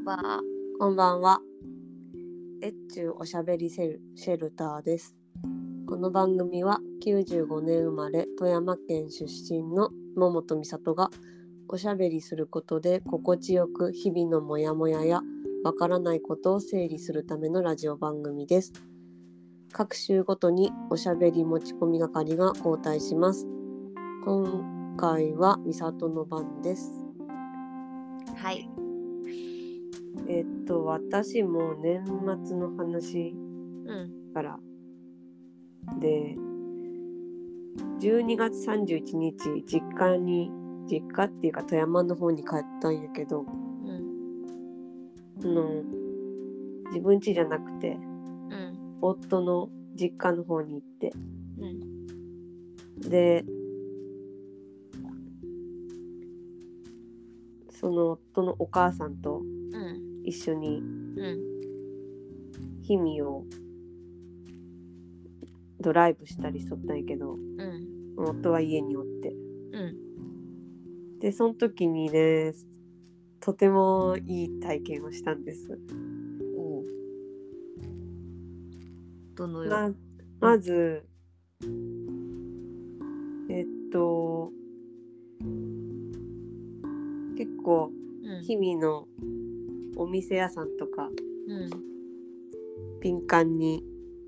は。 こんばんは。おしゃべりシェルターです。この番組は95年生まれ富山県出身の桃と美里がおしゃべりすることで心地よく日々のモヤモヤやわからないことを整理するためのラジオ番組です。各週ごとにおしゃべり持ち込み係が交代します。今回は美里の番です。 はい。 私も年末の話からで、12月31日実家っていうか富山の方に帰ったんやけど、自分家じゃなくて、夫の実家の方に行って、でその夫のお母さんと一緒に氷見をドライブしたりしとったんやけど、夫は家におって、でその時にね、とてもいい体験をしたんです。 どのよまず結構氷見のお店屋さんとか、敏感に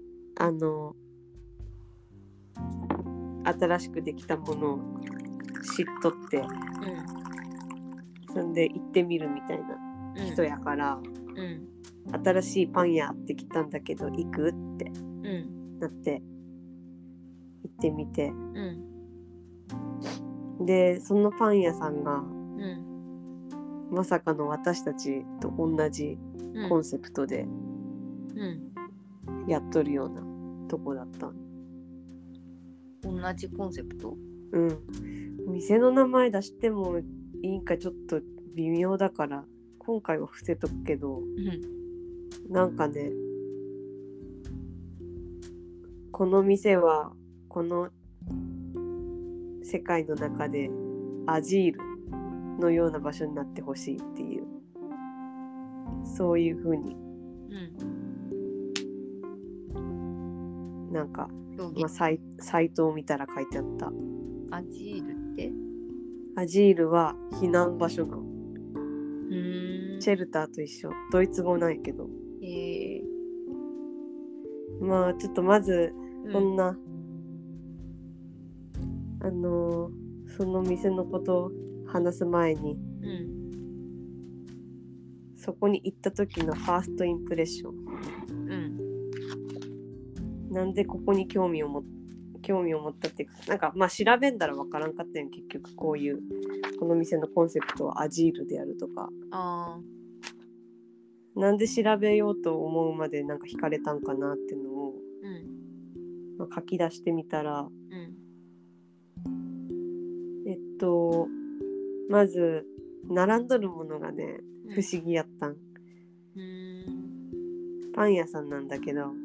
新しくできたものを知っとって、そんで行ってみるみたいな人やから、新しいパン屋って来たんだけど行くってなって行ってみて、でそのパン屋さんが、まさかの私たちと同じコンセプトでやっとるようなとこだった。 同じコンセプト？ 店の名前出してもいいかちょっと微妙だから今回は伏せとくけど、なんかね、この店はこの世界の中でアジールのような場所になってほしいっていう、そういう風に、なんか、サイトを見たら書いてあった。 アジールって？ アジールは避難場所のシェルターと一緒、ドイツ語なんやけど、まあちょっとまずこんな、その店のことを話す前に、そこに行った時のファーストインプレッション、なんでここに興味を持ったっていうか、なんかまあ調べんだらわからんかったん、結局この店のコンセプトはアジールであるとか、なんで調べようと思うまでなんか惹かれたんかなっていうのを、書き出してみたら、まず並んどるものがね、不思議やったん。パン屋さんなんだけど、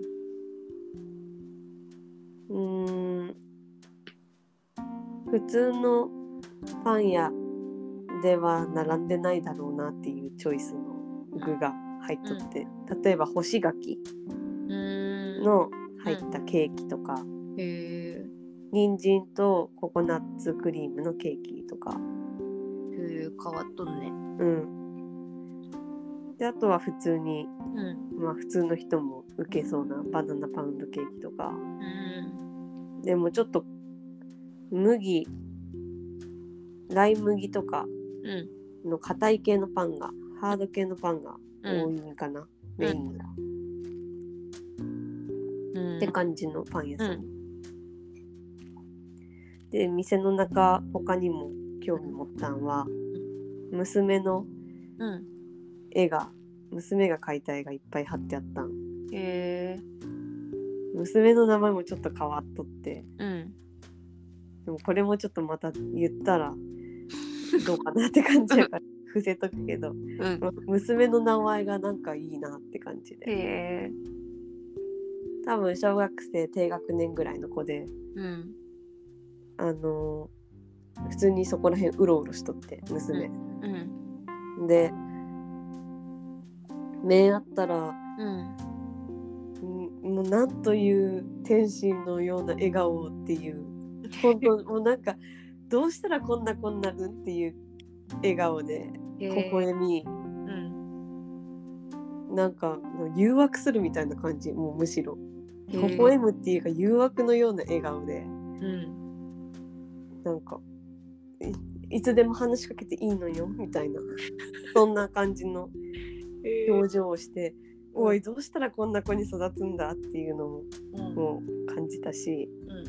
普通のパン屋では並んでないだろうなっていうチョイスの具が入っとって、例えば干し柿の入ったケーキとか、人参とココナッツクリームのケーキとか、 変わっとるね。 であとは普通に、普通の人も受けそうなバナナパウンドケーキとか、でもちょっとライ麦とかの硬い系のパンが、ハード系のパンが多いんかな、メインが、って感じのパン屋さん、で店の中他にも興味持ったんは、娘の絵が、娘が描いた絵がいっぱい貼ってあったん。娘の名前もちょっと変わっとって、でもこれもちょっとまた言ったらどうかなって感じやから伏せとくけど、娘の名前がなんかいいなって感じで、多分小学生低学年ぐらいの子で、普通にそこら辺うろうろしとって、娘、で目あったらうんもうなんという天使のような笑顔っていう本当もうなんかどうしたらこんなるっていう笑顔で微笑み、なんか誘惑するみたいな感じ、もうむしろ微笑むっていうか誘惑のような笑顔で、なんか いつでも話しかけていいのよみたいなそんな感じの表情をして、おいどうしたらこんな子に育つんだっていうのも、もう感じたし、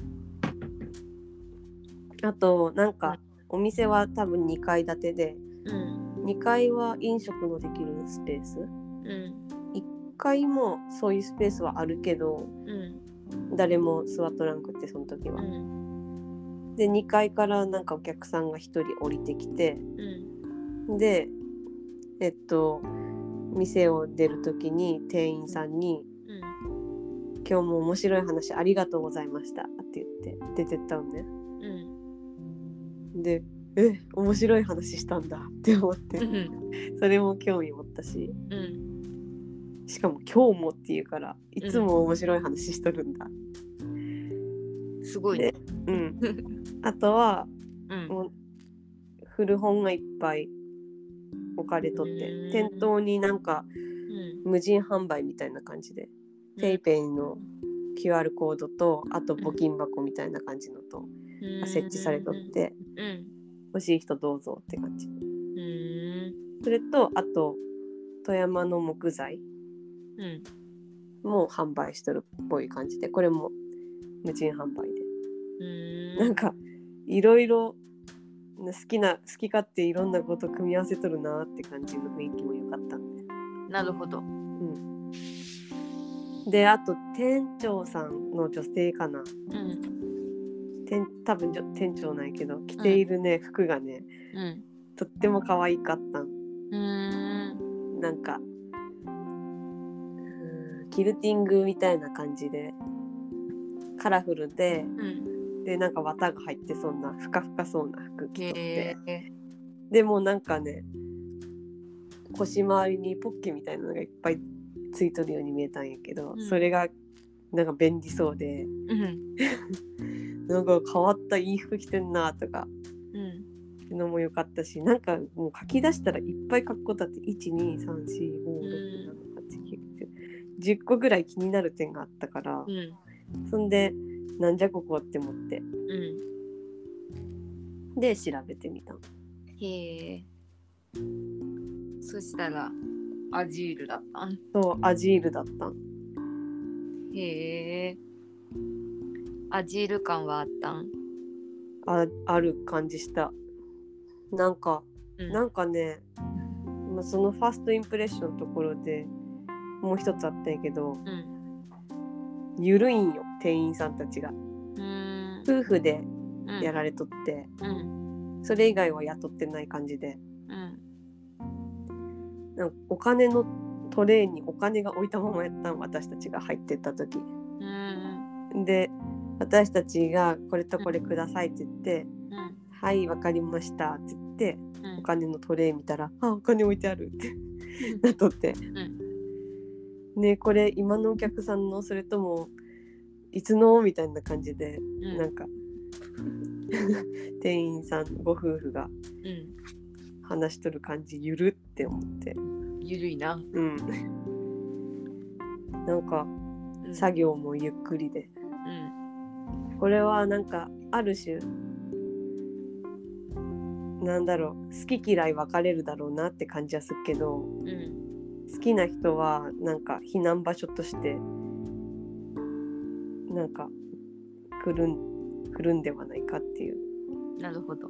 あとなんか、お店は多分2階建てで、2階は飲食のできるスペース、1階もそういうスペースはあるけど、誰も座っとらんくってその時は、で2階からなんかお客さんが1人降りてきて、で店を出る時に店員さんに、今日も面白い話ありがとうございましたって言って出てったのね、で面白い話したんだって思って、それも興味持ったし、しかも今日もっていうからいつも面白い話しとるんだ、 すごいね。 あとは、もう古本がいっぱい置かれとって、店頭になんか、無人販売みたいな感じで、PayPay の QR コードとあと募金箱みたいな感じのとが設置されとって、欲しい人どうぞって感じ、それとあと富山の木材も販売してるっぽい感じで、これも無人販売で、なんかいろいろ好き勝手いろんなこと組み合わせとるなって感じの雰囲気も良かったんで。 なるほど。 であと店長さんの女性かな、多分店長なんやけど着ているね、服がね、とっても可愛かったん。なんかキルティングみたいな感じでカラフルで、でなんか綿が入ってそんなふかふかそうな服着とって、でもなんかね腰回りにポッケみたいなのがいっぱいついとるように見えたんやけど、それがなんか便利そうで、なんか変わったいい服着てんなとか、のも良かったし、なんかもう書き出したらいっぱい書くことあって 1,2,3,4,5,6,7,8,9,10 個ぐらい気になる点があったから、そんでなんじゃここって思って、で調べてみた。 へえ。そしたらアジールだったん。 そうアジールだったん。 へえ。アジール感はあったん。 ある感じした。なんかね、そのファーストインプレッションのところでもう一つあったんやけど、ゆるいんよ店員さんたちが。夫婦でやられとって、それ以外は雇ってない感じで、なんかお金のトレーにお金が置いたままやったん、私たちが入ってった時、で私たちがこれとこれくださいって言って、はいわかりましたって言って、お金のトレー見たらお金置いてあるってなっとって、ねこれ今のお客さんのそれともいつのみたいな感じで、なんか店員さんご夫婦が話しとる感じゆるって思って、 ゆるいな。 なんか作業もゆっくりで、これはなんかある種なんだろう、好き嫌い分かれるだろうなって感じはするけど、好きな人はなんか避難場所としてなんか来るんではないかっていう。 なるほど。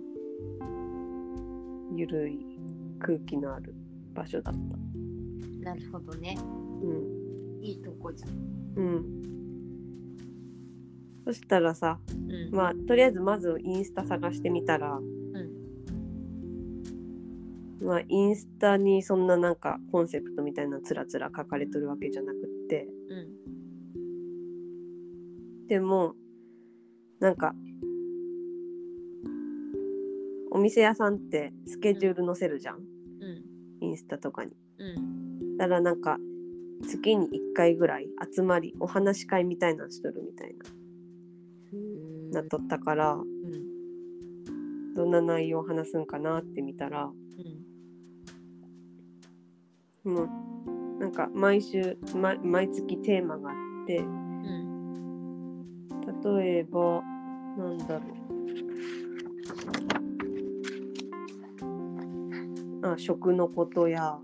ゆるい空気のある場所だった。 なるほどね。いいとこじゃん。 そしたらさ、とりあえずまずインスタ探してみたら、インスタにそんななんかコンセプトみたいなつらつら書かれてるわけじゃなくって、でもなんかお店屋さんってスケジュール載せるじゃん、インスタとかに。 だからなんか月に1回ぐらい集まりお話し会みたいなのしとるみたいななっとったから、どんな内容を話すんかなって見たら、もうなんか毎月テーマがあって、例えばなんだろう、食のことや、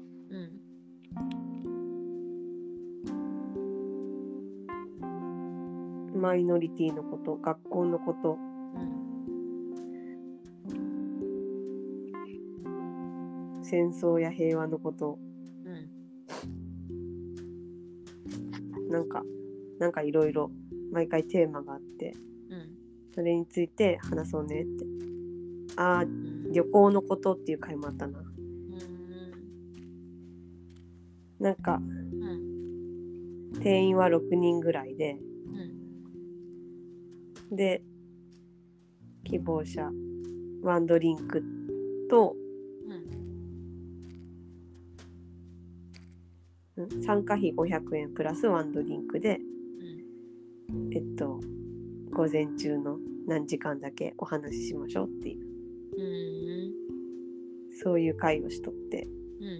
マイノリティのこと、学校のこと、戦争や平和のこと、なんかいろいろ毎回テーマがあって、それについて話そうねって。旅行のことっていう回もあったな。なんか、定員は6人ぐらいで、で希望者ワンドリンクと、参加費500円プラスワンドリンクで、午前中の何時間だけお話ししましょうっていう、そういう会をしとって、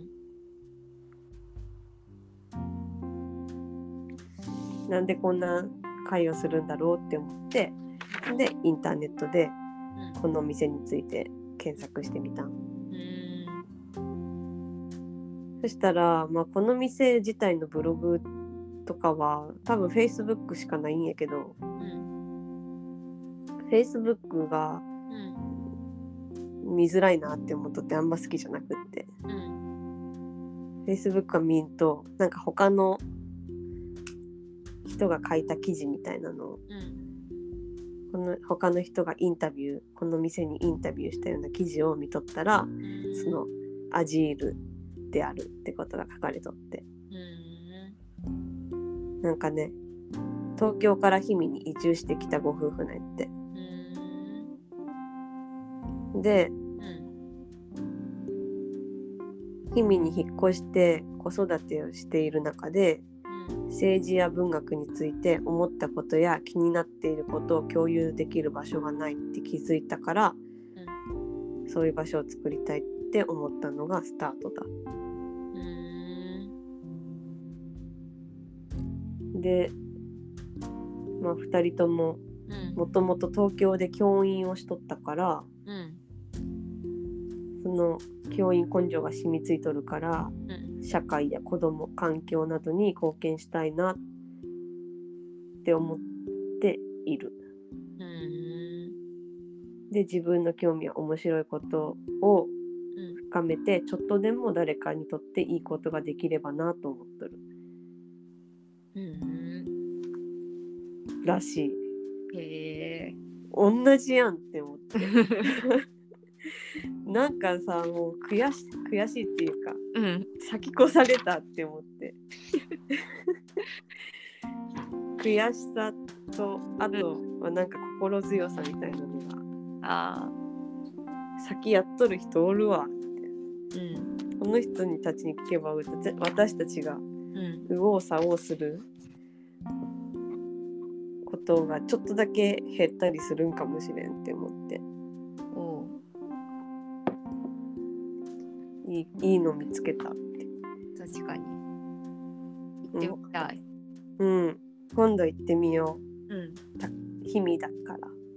なんでこんな会をするんだろうって思って、でインターネットでこのお店について検索してみたん。そしたら、この店自体のブログとかは多分 Facebook しかないんやけど、Facebook が見づらいなって思っとってあんま好きじゃなくって、Facebook が見んとなんか他の人が書いた記事みたいなのを、この他の人がこの店にインタビューしたような記事を見とったら、そのアジールであるってことが書かれとって、なんかね、東京から氷見に移住してきたご夫婦なんやって。で、氷見に引っ越して子育てをしている中で、政治や文学について思ったことや気になっていることを共有できる場所がないって気づいたから、そういう場所を作りたいって思ったのがスタートだ。で、2人とももともと東京で教員をしとったから、その教員根性が染みついとるから、社会や子ども環境などに貢献したいなって思っている。で、自分の興味や面白いことを深めて、ちょっとでも誰かにとっていいことができればなと思っとる、らしい。 へえ。 同じやんって思ってなんかさ、もう悔しいっていうか、先越されたって思って悔しさと、あとはなんか心強さみたいなのが、先やっとる人おるわって、この人たちに聞けば私たちが右往左往することがちょっとだけ減ったりするんかもしれんって思って、いいの見つけたって。 確かに行ってみたい。 今度行ってみよう。氷見だから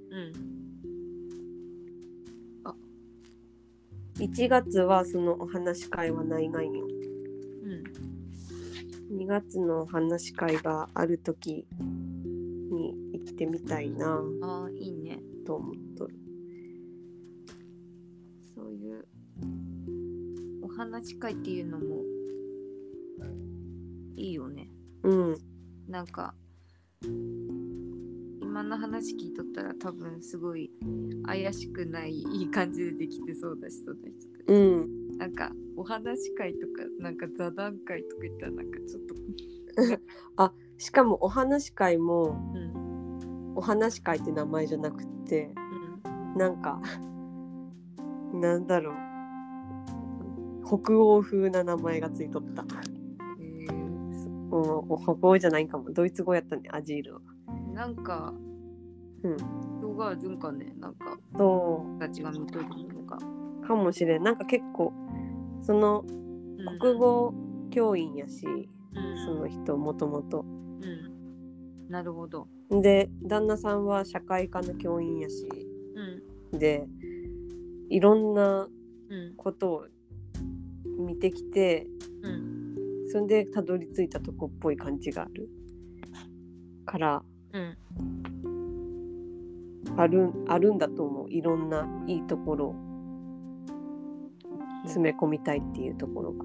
。1月はそのお話し会はないがんよ。2月のお話し会があるときに行ってみたいな。 いいね。 と思っとる。 そういうお話し会っていうのもいいよね。なんか今の話聞いとったら多分すごい怪しくないいい感じでできてそうだし、その人たち、なんかお話し会とかなんか座談会とか言ったらなんかちょっとしかもお話し会も、お話し会って名前じゃなくて、なんかなんだろう、北欧風な名前がついとった。 北欧じゃないんかも。ドイツ語やったね、アジールは。 なんか、人があるんかね、なんか、 そうたちが見とるのが。 かもしれん。なんか結構、その、国語教員やし、その人もともと。 なるほど。 で、旦那さんは社会科の教員やし、で、いろんなことを見てきて、それでたどり着いたとこっぽい感じがあるから、あるんだと思う。いろんないいところを詰め込みたいっていうところが。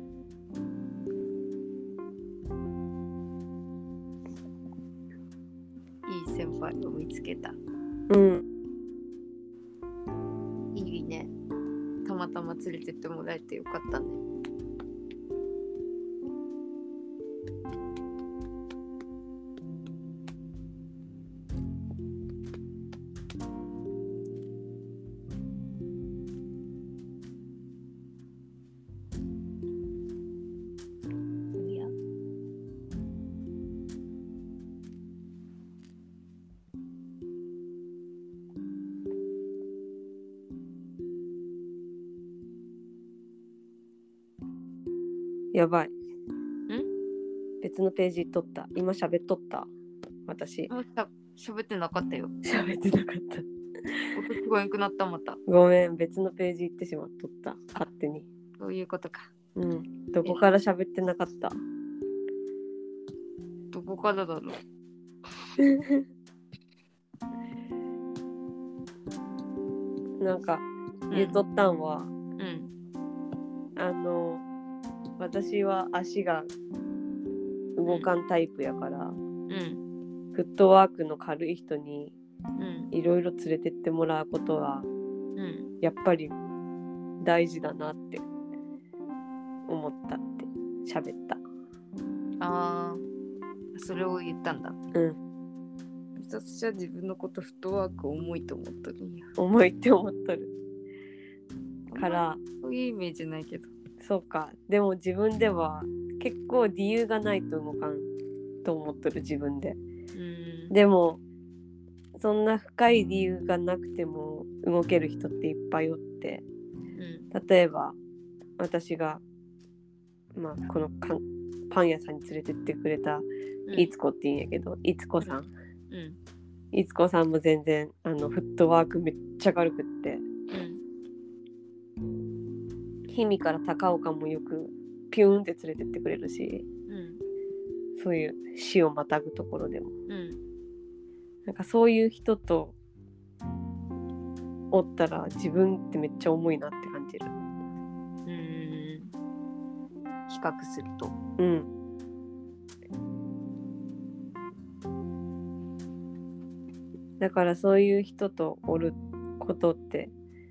いい先輩を見つけた。いいね。たまたま連れてってもらえてよかったね。 やばい。別のページ取った。今喋っとった。私。 喋ってなかったよ。 喋ってなかった。 音聞こえなくなった、また。 ごめん、別のページ行ってしまっとった。勝手に。 そういうことか。 どこから喋ってなかった？ どこからだろう。 なんか言うとったんは、私は足が動かんタイプやから、フットワークの軽い人にいろいろ連れてってもらうことは、やっぱり大事だなって思ったって喋った。 ああ、それを言ったんだ。私は自分のことフットワーク重いと思っとるんや。 重いって思っとるからそういうイメージないけど。 そうか。でも自分では結構理由がないと動かんと思っとる自分で。でもそんな深い理由がなくても動ける人っていっぱいおって、例えば私がこのパン屋さんに連れてってくれたいつこって言うんやけど、いつこさん、いつこさんも全然フットワークめっちゃ軽くって、氷見から高岡もよくピューンって連れてってくれるし、そういう市をまたぐところでも、なんかそういう人とおったら自分ってめっちゃ重いなって感じる。 比較すると。 だからそういう人とおることって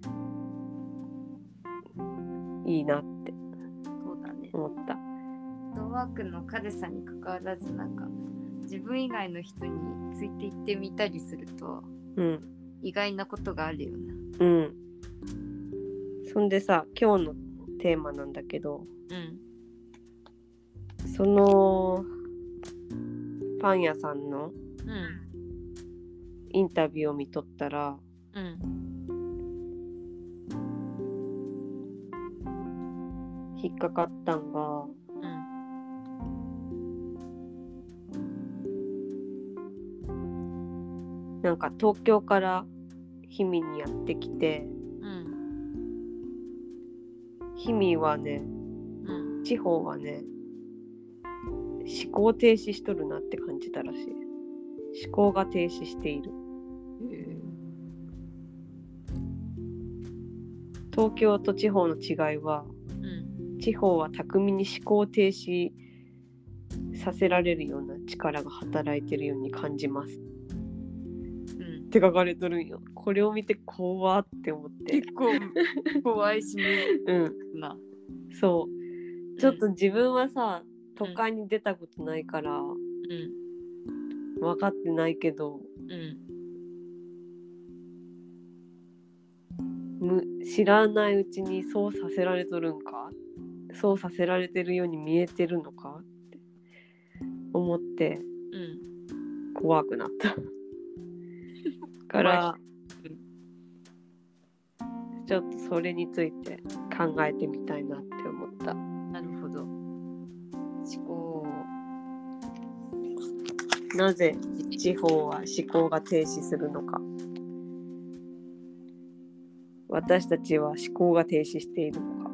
いいなって思った。 フットワークの軽さに関わらず、なんか自分以外の人についていってみたりすると、意外なことがあるよな。 そんでさ、今日のテーマなんだけど、そのパン屋さんのインタビューを見とったら、引っかかったんが、なんか東京から氷見にやってきて、氷見はね、地方はね、思考停止しとるなって感じたらしい。思考が停止している。東京と地方の違いは、地方は巧みに思考停止させられるような力が働いてるように感じます、って書かれとるんよ。これを見て怖って思って。 結構怖いしね。 そう。ちょっと自分はさ、都会に出たことないから、分かってないけど、知らないうちにそうさせられとるんか、そうさせられてるように見えてるのかって思ってうん怖くなったからちょっとそれについて考えてみたいなって思った。 なるほど。思考、 なぜ地方は思考が停止するのか。私たちは思考が停止しているのか。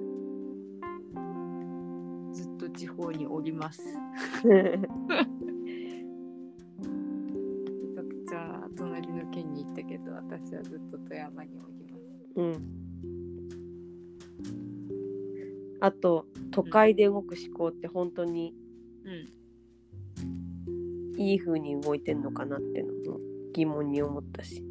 ずっと地方におりますじゃあ隣の県に行ったけど、私はずっと富山におります。 うん。あと都会で動く思考って本当にいい風に動いてんのかなってのも疑問に思ったし。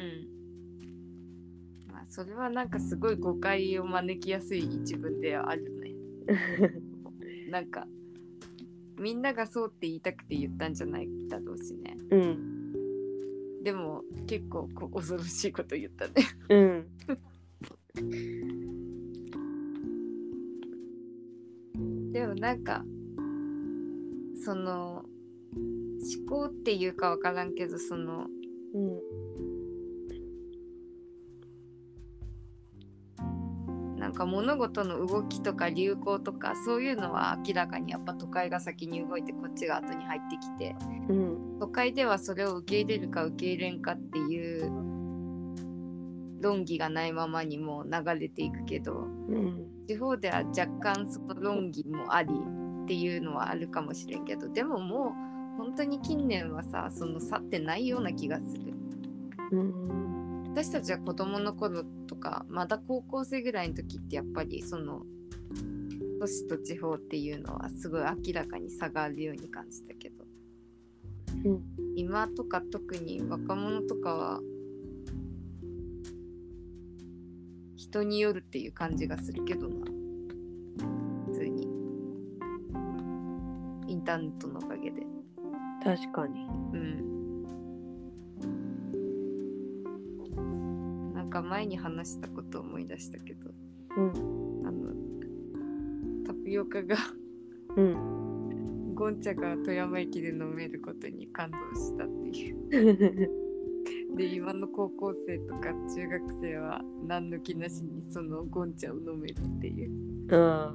まあそれはなんかすごい誤解を招きやすい一文ではあるねなんかみんながそうって言いたくて言ったんじゃないだろうしね。でも結構恐ろしいこと言ったねでもなんかその思考っていうかわからんけど、そのなんか物事の動きとか流行とかそういうのは明らかにやっぱ都会が先に動いてこっちが後に入ってきて、都会ではそれを受け入れるか受け入れんかっていう論議がないままにも流れていくけど、地方では若干その論議もありっていうのはあるかもしれんけど、でももう本当に近年はさ、その差ってないような気がする。私たちは子供の頃とかまだ高校生ぐらいの時ってやっぱりその都市と地方っていうのはすごい明らかに差があるように感じたけど、今とか特に若者とかは人によるっていう感じがするけどな。普通にインターネットのおかげで。 確かに。 なんか前に話したことを思い出したけど、タピオカがゴンチャが富山駅で飲めることに感動したっていうで、今の高校生とか中学生は何の気なしにそのゴンチャを飲めるっていう。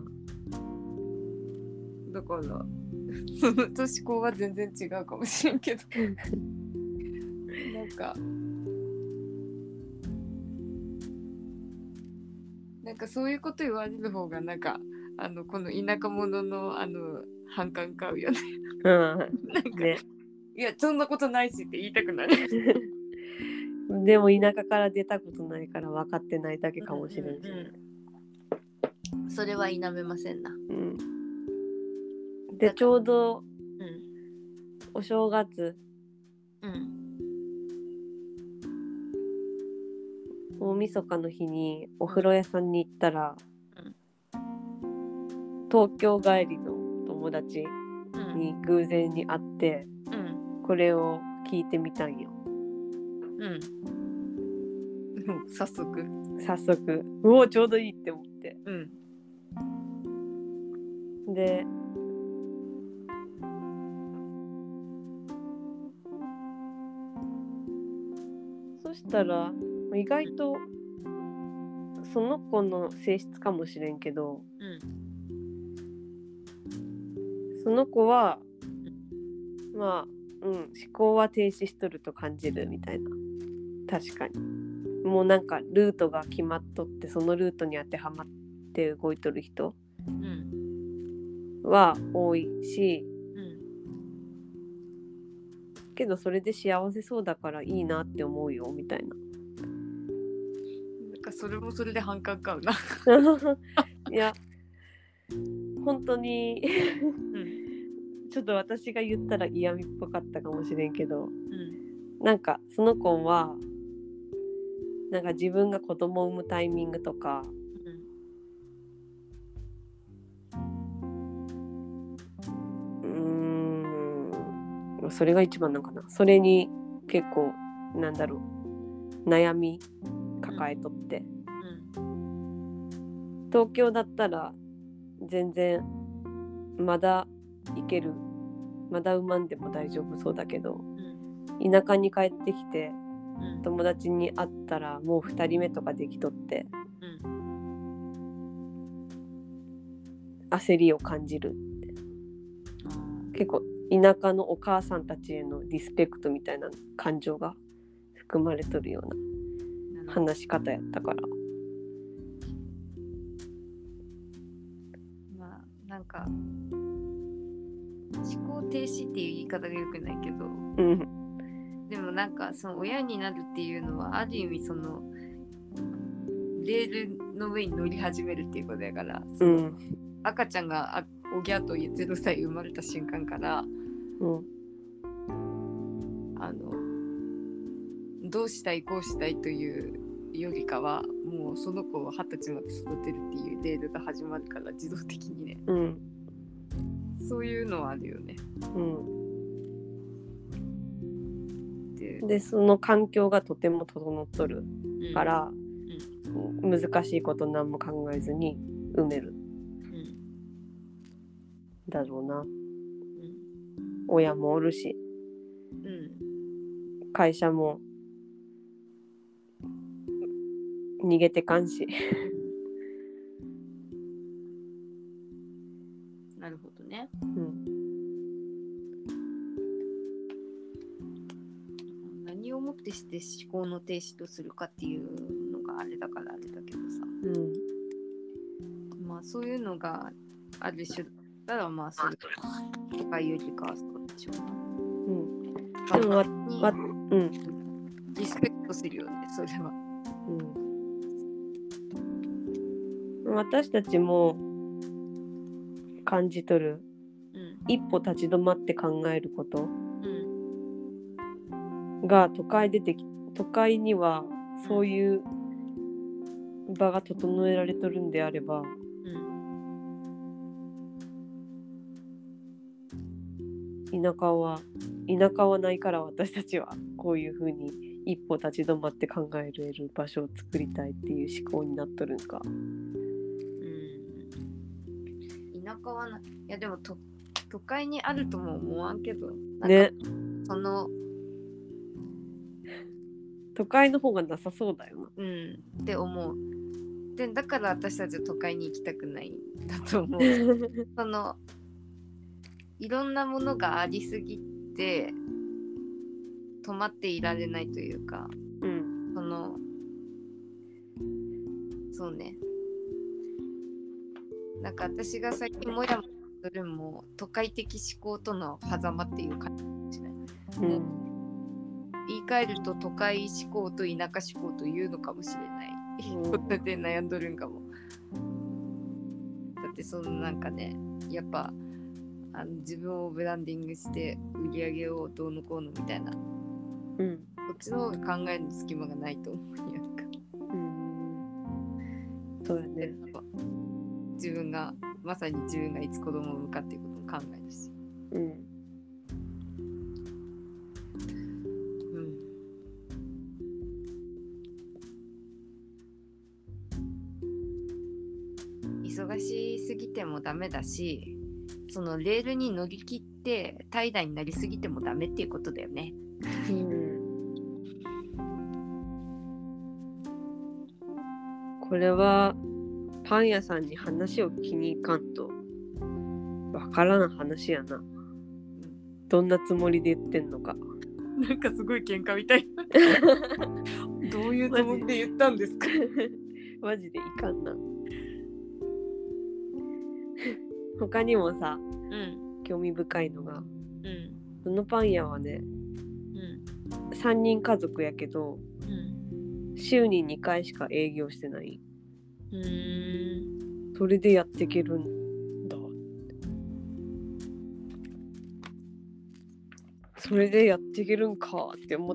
だからその年子は全然違うかもしれんけどなんかそういうこと言われる方がなんかこの田舎者の反感買うよねなんか、ね、いやそんなことないしって言いたくなるでも田舎から出たことないから分かってないだけかもしれんし、 それは否めませんな。 でちょうど、お正月、大晦日の日にお風呂屋さんに行ったら、東京帰りの友達に偶然に会って、これを聞いてみたんよ。 早速うおちょうどいいって思って、でそしたら意外とその子の性質かもしれんけど、その子はまあ思考は停止しとると感じるみたいな。確かにもうなんかルートが決まっとってそのルートに当てはまって動いとる人は多いし、けどそれで幸せそうだからいいなって思うよみたいな。 なんかそれもそれで反感買うな。 いや本当にちょっと私が言ったら嫌味っぽかったかもしれんけど、なんかその子はなんか自分が子供を産むタイミングとか、それが一番なのかな。それに結構なんだろう悩み抱えとって、東京だったら全然まだ行けるまだ産まんでも大丈夫そうだけど、 うん、 田舎に帰ってきてうん、 友達に会ったらもう2人目とかできとってうん、 焦りを感じる。結構田舎のお母さんたちへのリスペクトみたいな感情が含まれとるような話し方やったから、 まあなんか思考停止っていう言い方がよくないけど、 うん、 でもなんかその親になるっていうのはある意味そのレールの上に乗り始めるっていうことやから、その赤ちゃんがおぎゃーと0歳生まれた瞬間から、 うん、 どうしたいこうしたいというよりかはもうその子を20歳まで育てるっていうレールが始まるから自動的にね、 うん、 そういうのはあるよね。 うん、でその環境がとても整っとるから、難しいこと何も考えずに産める、だろうな、親もおるし、会社も逃げてかんしなるほどね、何をもってして思考の停止とするかっていうのがあれだからあれだけどさ、まあそういうのがある種だったらまあそれとかいうよりかはそうでしょうな、でもリスペクトするよねそれは、 私たちも感じ取る、一歩立ち止まって考えること、が都会にはそういう場が整えられとるんであれば、田舎はないから私たちはこういう風に一歩立ち止まって考えれる場所を作りたいっていう思考になっとるんか。 田舎はないやでも都会にあるとも思わんけどね、 その都会の方がなさそうだよな。 って思う。でだから私たちは都会に行きたくないんだと思う。そのいろんなものがありすぎて止まっていられないというか、そうね。なんか私が最近もやもするも都会的思考との狭間っていう感じかもしれない。もう言い換えると都会思考と田舎思考というのかもしれないことで悩んどるんかも。だってそのなんかねやっぱ自分をブランディングして売り上げをどうのこうのみたいな、こっちの方が考える隙間がないと思うやんか。 そうだね。 まさに自分がいつ子供を産むかっていうことも考えるし、忙しすぎてもダメだし、そのレールに乗り切って怠惰になりすぎてもダメっていうことだよね。 これはパン屋さんに話を聞きに行かんとわからな話やな。どんなつもりで言ってんのか。 なんかすごい喧嘩みたいどういうつもりで言ったんですかマジでいかんな。他にもさ、興味深いのが、そのパン屋はね、3人家族やけど、週に2回しか営業してない。それでやっていけるんだ。それでやっていけるんかって思って、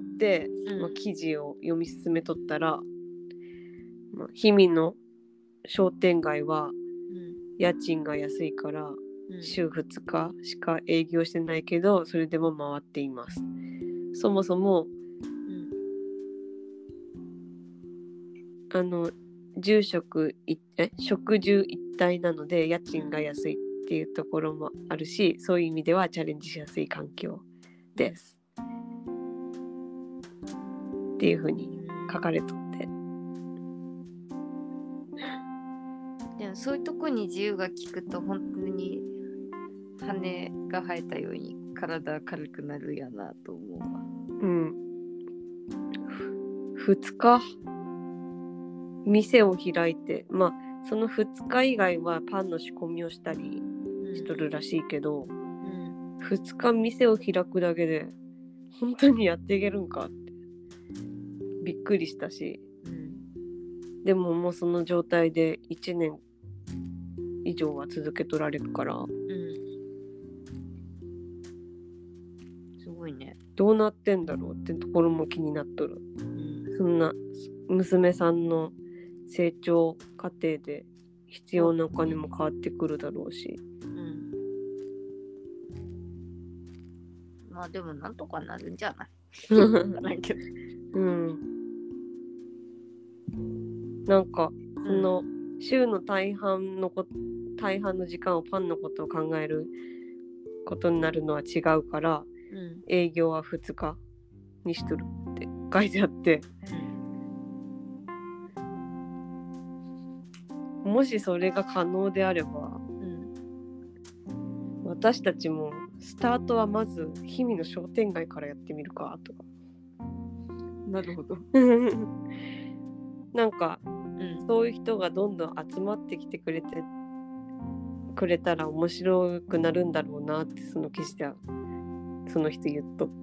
記事を読み進めとったら、氷見の商店街は家賃が安いから、週2日しか営業してないけどそれでも回っています。そもそも、食住一体なので家賃が安いっっていうところもあるし、そういう意味ではチャレンジしやすい環境です、っていう風に書かれとって、 でもそういうとこに自由が利くと本当に羽が生えたように体軽くなるやなと思うわ。 2日店を開いて、まあその2日以外はパンの仕込みをしたりしとるらしいけど、2日店を開くだけで本当にやっていけるんかってびっくりしたし、でももうその状態で1年以上は続けとられるから、 すごいね。 どうなってんだろうってところも気になっとる、そんな娘さんの成長過程で必要なお金も変わってくるだろうし、 まあでもなんとかなるんじゃないないけど、 なんかその週の大半の時間をパンのことを考えることになるのは違うから、営業は2日にしとるって書いてあって、もしそれが可能であれば、私たちもスタートはまず氷見の商店街からやってみるかとか。 なるほどなんか、そういう人がどんどん集まってきてくれたら面白くなるんだろうなって、その記事ではその人言っとって、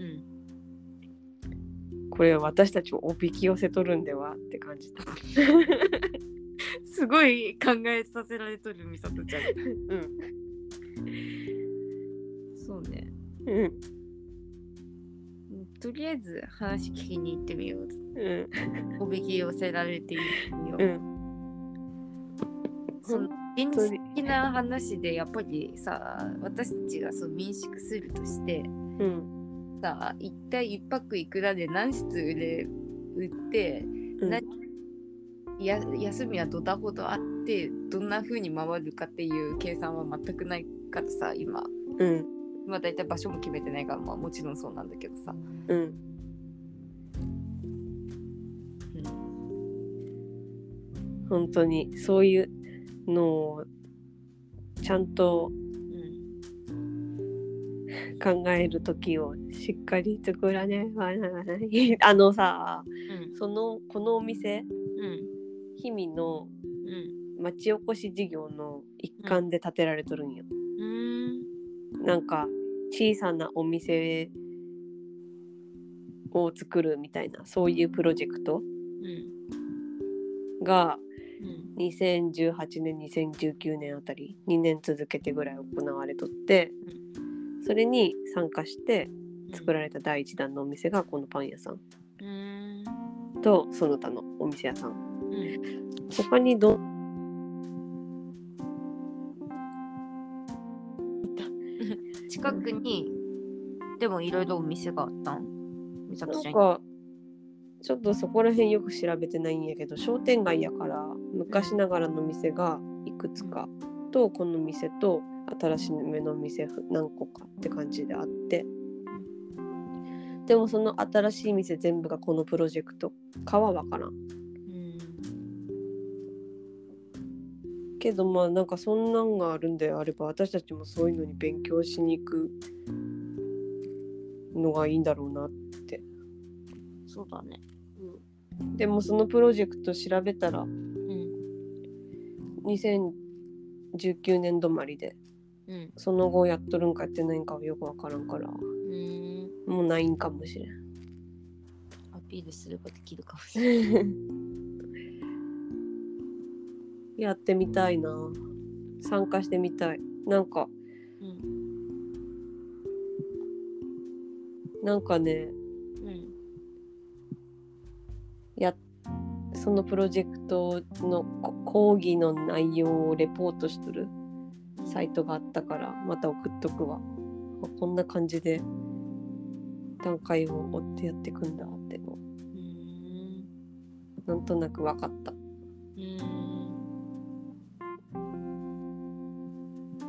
これは私たちをおびき寄せとるんではって感じたすごい考えさせられとるみさとちゃんそうね、とりあえず話聞きに行ってみよう、おびき寄せられてみよう、その現実的な話でやっぱりさ、私たちがそう民宿するとして、さ、一体一泊いくらで何室売って、休みはどだほどあってどんな風に回るかっていう計算は全くないからさ、今だいたい場所も決めてないから、まあもちろんそうなんだけどさ、 本当にそういうのをちゃんと考える時をしっかり作らねばならないさ、このお店、氷見の町おこし事業の一環で建てられとるんよ、なんか小さなお店を作るみたいな、そういうプロジェクトが2018年2019年あたり2年続けてぐらい行われとって、それに参加して作られた第一弾のお店がこのパン屋さんとその他のお店屋さん、他に近くにでもいろいろお店があったん？ なんかちょっとそこら辺よく調べてないんやけど、商店街やから昔ながらの店がいくつかと、この店と新しめの店何個かって感じであって、でもその新しい店全部がこのプロジェクトかはわからん、けどまあなんかそんなんがあるんであれば、私たちもそういうのに勉強しに行くのがいいんだろうなって。 そうだね、 でもそのプロジェクト調べたら、2019年止まりで、その後やっとるんかやってないんかはよくわからんから、もうないんかもしれん。 アピールすればできるかもしれないやってみたいな、参加してみたい。なんか、なんかね、そのプロジェクトの講義の内容をレポートしとるサイトがあったから、また送っとくわ。こんな感じで段階を追ってやっていくんだっての、なんとなく分かった。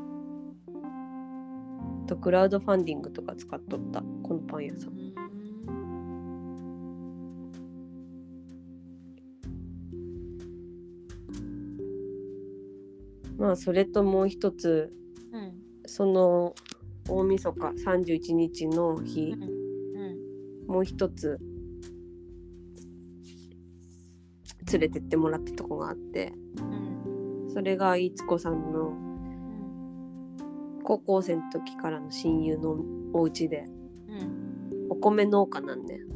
とクラウドファンディングとか使っとったこのパン屋さん。まあそれともう一つ、その大晦日31日の日、もう一つ連れてってもらったとこがあって、それがいつこさんの高校生の時からの親友のお家で、お米農家なんね、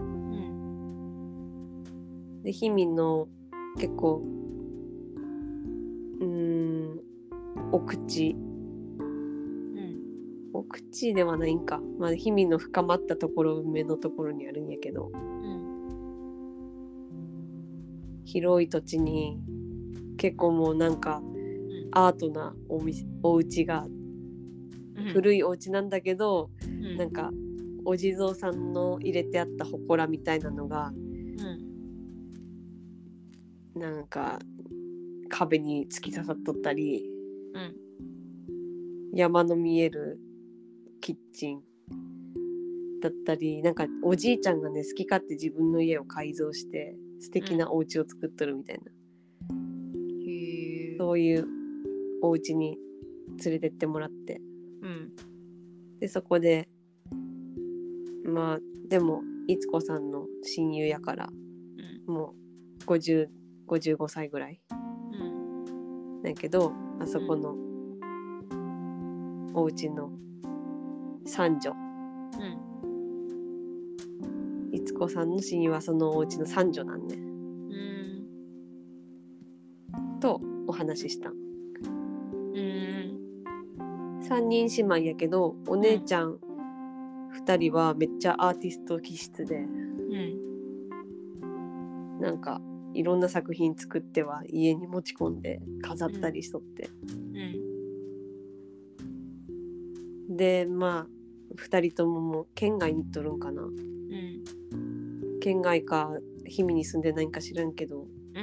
で氷見の結構奥地ではないんか、まあ、氷見の深まったところ上のところにあるんやけど、広い土地に結構もうなんかアートなお家が、古いお家なんだけど、なんかお地蔵さんの入れてあった祠みたいなのが、なんか壁に突き刺さっとったり、山の見えるキッチンだったり、なんかおじいちゃんがね好き勝手自分の家を改造して素敵なお家を作っとるみたいな、そういうお家に連れてってもらって、でそこでまあでもいつこさんの親友やから、もう55歳ぐらい、だけどあそこのお家の三女、いつこさんの親友はそのお家の三女なんね、とお話しした。3人姉妹やけどお姉ちゃん2人はめっちゃアーティスト気質で、なんかいろんな作品作っては家に持ち込んで飾ったりしとって、でまあ2人とももう県外に行っとるんかな、県外か氷見に住んでないんか知らんけど、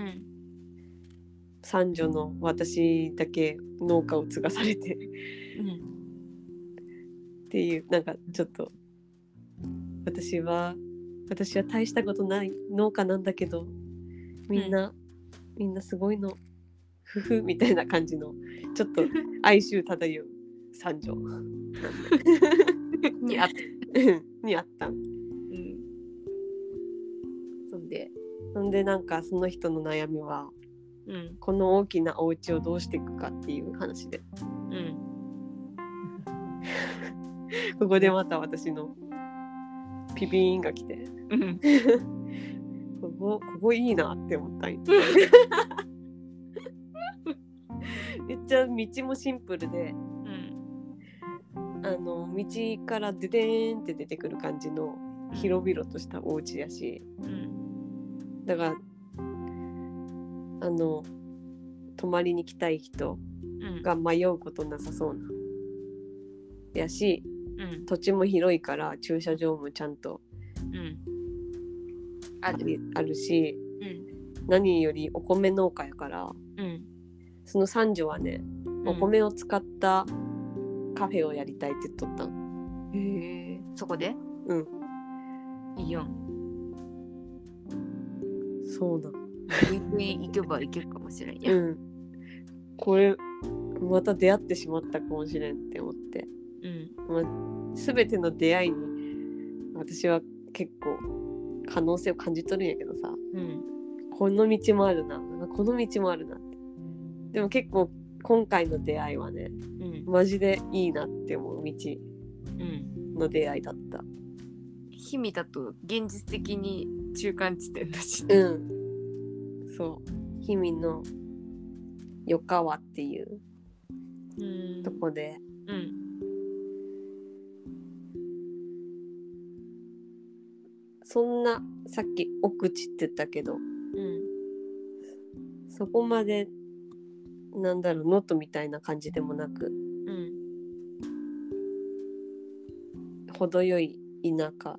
三女の私だけ農家を継がされてっていう、なんかちょっと私は大したことない農家なんだけどみんなすごいのふふみたいな感じのちょっと哀愁漂う三女にあったそんでなんかその人の悩みは、この大きなお家をどうしていくかっていう話で、ここでまた私のピピーンが来て、ここいいなって思ったんめっちゃ道もシンプルで、道からデデーンって出てくる感じの広々としたお家やし、だから泊まりに来たい人が迷うことなさそうな、やし、土地も広いから駐車場もちゃんとあるし、何よりお米農家やから、その三女はね、お米を使ったカフェをやりたいって言っとったん。 へえ、そこで？いいよ。 そうだ。 行けば行けるかもしれんや。 これまた出会ってしまったかもしれんって思って、全ての出会いに私は結構可能性を感じ取るんやけどさ、この道もあるな、この道もあるなって。でも結構今回の出会いはね、マジでいいなって思う道の出会いだった。 氷見だと現実的に中間地点だし、 そう氷見の余川っていうとこで、そんなさっき奥地って言ったけど、そこまでなんだろう能登みたいな感じでもなく、程よい田舎、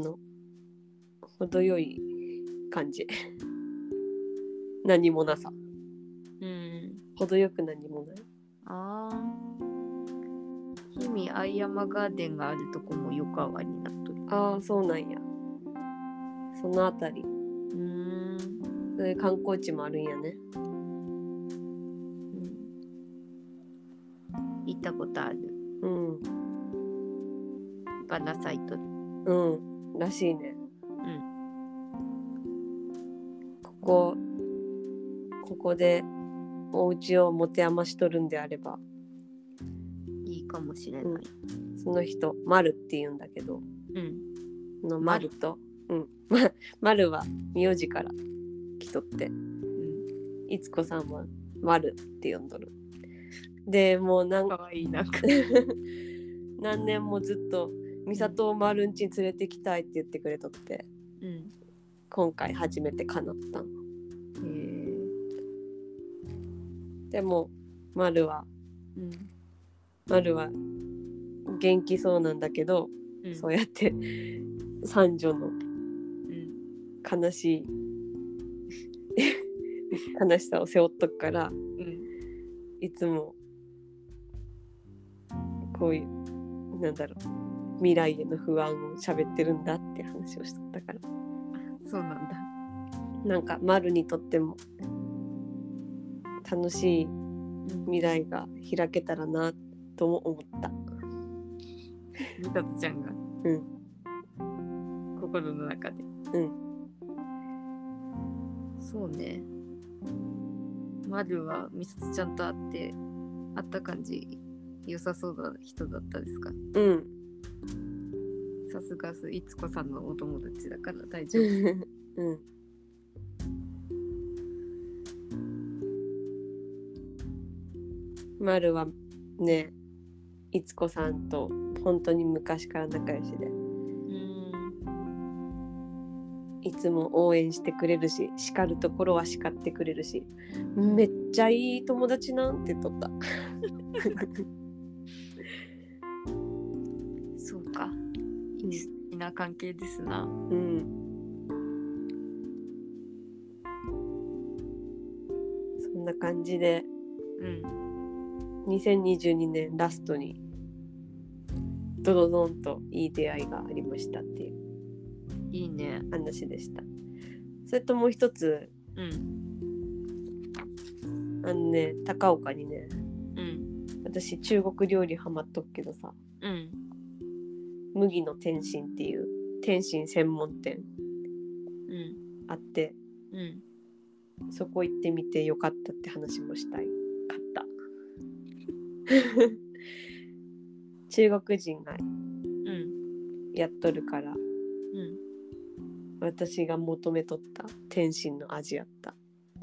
程よい感じ何もなさ、程よく何もない。 氷見藍山ガーデンがあるとこも横川になっとる。 ああ、そうなんや。そのあたり。そういう観光地もあるんやね。 行ったことある。 うん。 バナサイトで。 うん。らしいね。 うん。 ここでお家を持て余しとるんであればいいかもしれない。 その人、マルって言うんだけど、のマルと、マルは名字から来とって、いつこさんはマルって呼んどる。で、もうかわいいなんか何年もずっと美里をマルんちに連れてきたいって言ってくれとって、今回初めて叶ったの。でもマルは元気そうなんだけど、そうやって三女の悲しさを背負っとくから、いつもこういう未来への不安を喋ってるんだって話をしとったから。 そうなんだ。 なんかマルにとっても楽しい未来が開けたらなとも思った。 みさとちゃんが心の中で。そうね。マルはみさとちゃんと会った感じ良さそうな人だったですか？さすがいつこさんのお友達だから大丈夫。 マルはね、いつこさんと本当に昔から仲良しで、いつも応援してくれるし、叱るところは叱ってくれるし、めっちゃいい友達なんて言っとった。 そうか、いい素敵な関係ですな。 そんな感じで、2022年ラストにドドドンといい出会いがありましたっていういいね話でした。それともう一つ、高岡にね、私中国料理ハマっとくけどさ、麦の天津っていう天津専門店あって、そこ行ってみてよかったって話もしたいかった。中国人がやっとるから、私が求めとった天津の味やった。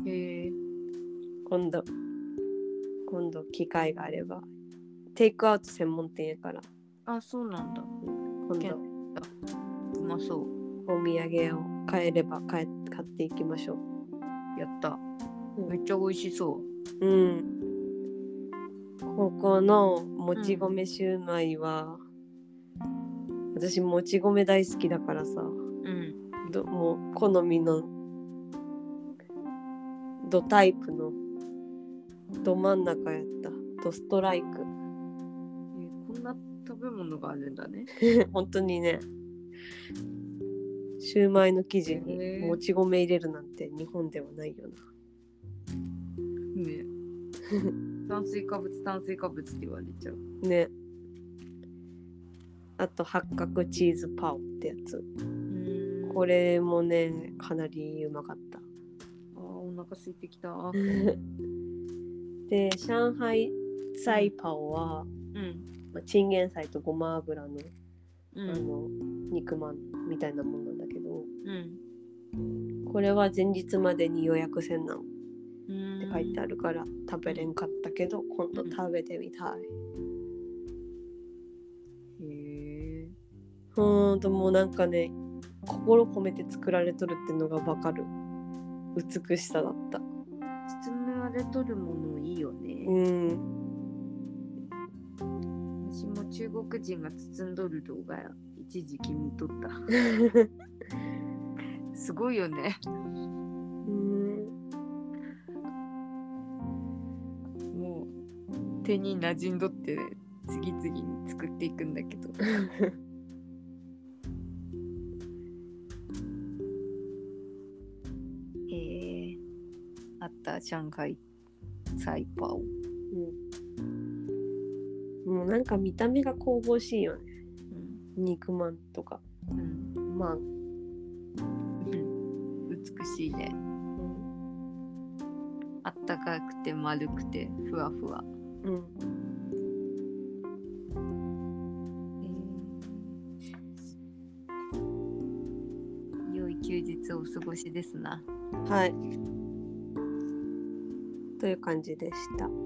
今度機会があれば、テイクアウト専門店やから。 あ、そうなんだ。 今度うまそう。 お土産を買えれば買っていきましょう。 やった。めっちゃ美味しそう。 ここのもち米シューマイは、私もち米大好きだからさ、もう好みのドタイプのど真ん中やった。ドストライク。 こんな食べ物があるんだね。 本当にね、シューマイの生地にもち米入れるなんて日本ではないよな。 ね炭水化物って言われちゃうね。あと八角チーズパオってやつ。これもね、かなりうまかった。 お腹空いてきた。 で、上海菜パオは、チンゲン菜とごま油の、肉まんみたいなもんなんだけど、これは前日までに予約せんなんって書いてあるから食べれんかったけど、今度食べてみたい。もうなんかね、心込めて作られとるってのが分かる美しさだった。 包まれとるものいいよね。私も中国人が包んどる動画一時期見とったすごいよね。もう手に馴染んどって次々に作っていくんだけどあった上海サイパオ、 もうなんか見た目が神々しいよね、肉まんとか、まん、 美しいね、あったかくて丸くてふわふわ、良い休日をお過ごしですな。 はい、という感じでした。はい、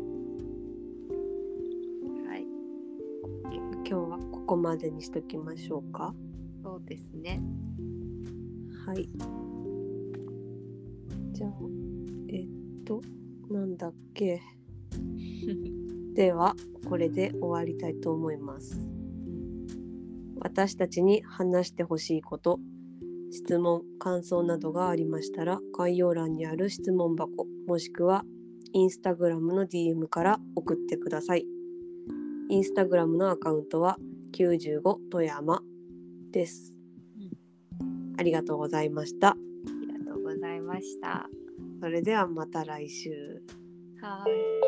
今日はここまでにしときましょうか。 そうですね。 はい、じゃあなんだっけではこれで終わりたいと思います。私たちに話してほしいこと、質問、感想などがありましたら概要欄にある質問箱もしくはインスタグラムの DM から送ってください。インスタグラムのアカウントは95富山です、ありがとうございました。 ありがとうございました。 それではまた来週。 はい。